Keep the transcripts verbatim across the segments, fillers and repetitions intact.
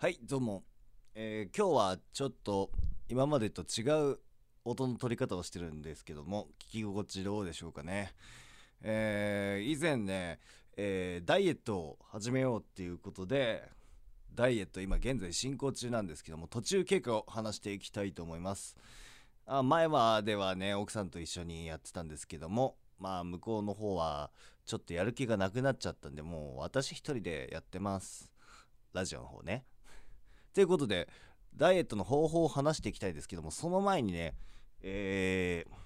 はいどうも、えー今日はちょっと今までと違う音の取り方をしてるんですけども、聞き心地どうでしょうかね。えー以前ね、えーダイエットを始めようっていうことで、ダイエット今現在進行中なんですけども、途中経過を話していきたいと思います。あ前はではね、奥さんと一緒にやってたんですけども、まあ向こうの方はちょっとやる気がなくなっちゃったんで、もう私一人でやってます。ラジオの方ね。ということで、ダイエットの方法を話していきたいですけども、その前にね、えー、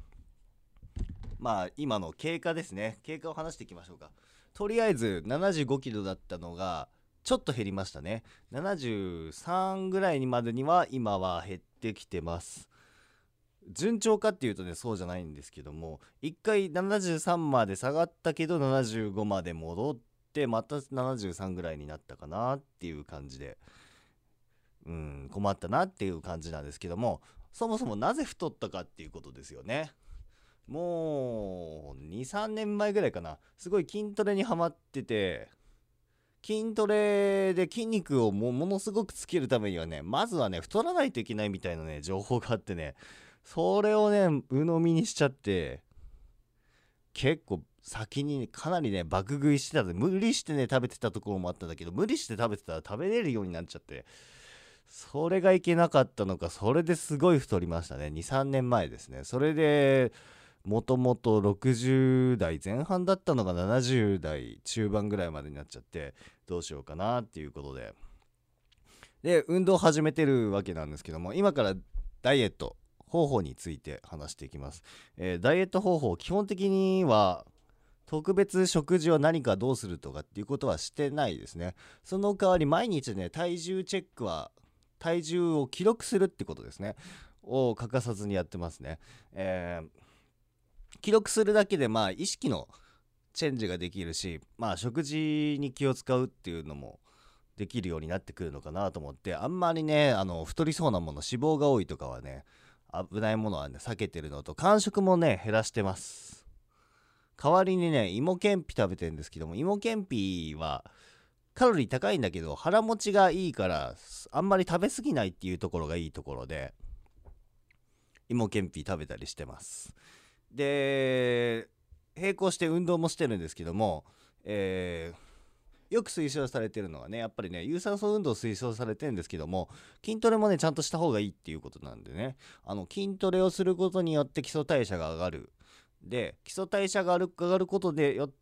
まあ今の経過ですね。経過を話していきましょうか。とりあえずななじゅうごキロだったのがちょっと減りましたね。ななじゅうさんぐらいにまでには今は減ってきてます。順調かっていうとね、そうじゃないんですけども、一回ななじゅうさんまで下がったけどななじゅうごまで戻ってまたななじゅうさんぐらいになったかなっていう感じで、うん困ったなっていう感じなんですけども、そもそもなぜ太ったかっていうことですよね。もうにさんねんまえぐらいかな、すごい筋トレにハマってて、筋トレで筋肉をもものすごくつけるためにはね、まずはね太らないといけないみたいなね情報があってね、それをね鵜呑みにしちゃって、結構先にかなりね爆食いしてたんで、無理してね食べてたところもあったんだけど、無理して食べてたら食べれるようになっちゃって、それがいけなかったのか、それですごい太りましたね。にさんねんまえですね。それでもともとろくじゅう代前半だったのがななじゅう代中盤ぐらいまでになっちゃって、どうしようかなっていうことで、で運動を始めてるわけなんですけども、今からダイエット方法について話していきます。えーダイエット方法、基本的には特別食事を何かどうするとかっていうことはしてないですね。その代わり毎日ね、体重チェックは、体重を記録するってことですね、を欠かさずにやってますね。えー記録するだけでまあ意識のチェンジができるし、まあ食事に気を使うっていうのもできるようになってくるのかなと思って、あんまりねあの太りそうなもの、脂肪が多いとかはね、危ないものはね避けてるのと、間食もね減らしてます。代わりにね芋けんぴ食べてるんですけども、芋けんぴはカロリー高いんだけど腹持ちがいいから、あんまり食べ過ぎないっていうところがいいところで、芋けんぴ食べたりしてます。で並行して運動もしてるんですけども、えーよく推奨されてるのはね、やっぱりね有酸素運動推奨されてるんですけども、筋トレもねちゃんとした方がいいっていうことなんでね、あの筋トレをすることによって基礎代謝が上がる。で基礎代謝が上がることでよって、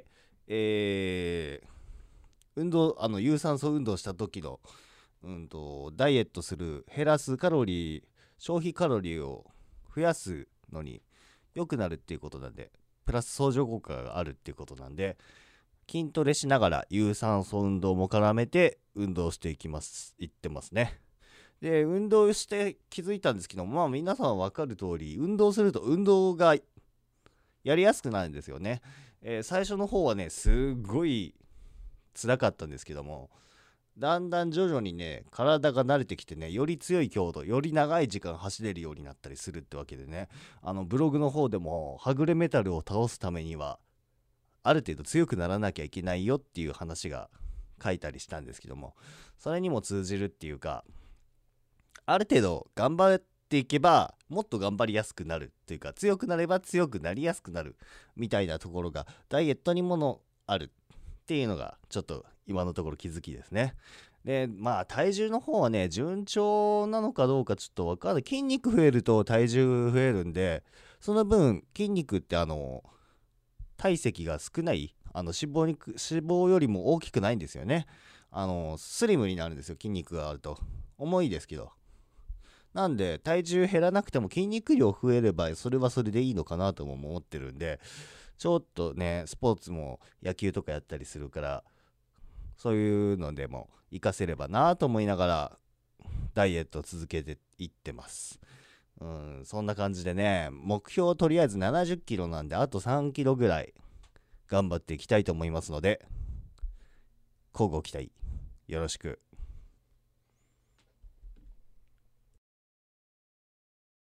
えー運動あの有酸素運動した時の、うんとダイエットする、減らすカロリー、消費カロリーを増やすのに良くなるっていうことなんで、プラス相乗効果があるっていうことなんで、筋トレしながら有酸素運動も絡めて運動していきますいってますね。で運動して気づいたんですけど、まあ皆さん分かる通り、運動すると運動がやりやすくなるんですよね。えー最初の方はねすっごい辛かったんですけども、だんだん徐々にね体が慣れてきてね、より強い強度、より長い時間走れるようになったりするってわけでね、あのブログの方でもはぐれメタルを倒すためにはある程度強くならなきゃいけないよっていう話が書いたりしたんですけども、それにも通じるっていうか、ある程度頑張っていけばもっと頑張りやすくなるっていうか、強くなれば強くなりやすくなるみたいなところがダイエットにものあるっていうのがちょっと今のところ気づきですね。でまあ体重の方はね順調なのかどうかちょっと分かんない。筋肉増えると体重増えるんで、その分筋肉ってあの体積が少ない、あの脂肪に脂肪よりも大きくないんですよね。あのスリムになるんですよ、筋肉があると。重いですけど、なんで体重減らなくても筋肉量増えればそれはそれでいいのかなとも思ってるんで、ちょっとねスポーツも野球とかやったりするから、そういうのでも活かせればなと思いながらダイエットを続けていってます。うん、そんな感じでね、目標とりあえずななじゅっキロなんで、あとさんキロぐらい頑張っていきたいと思いますので、乞うご期待よろしく。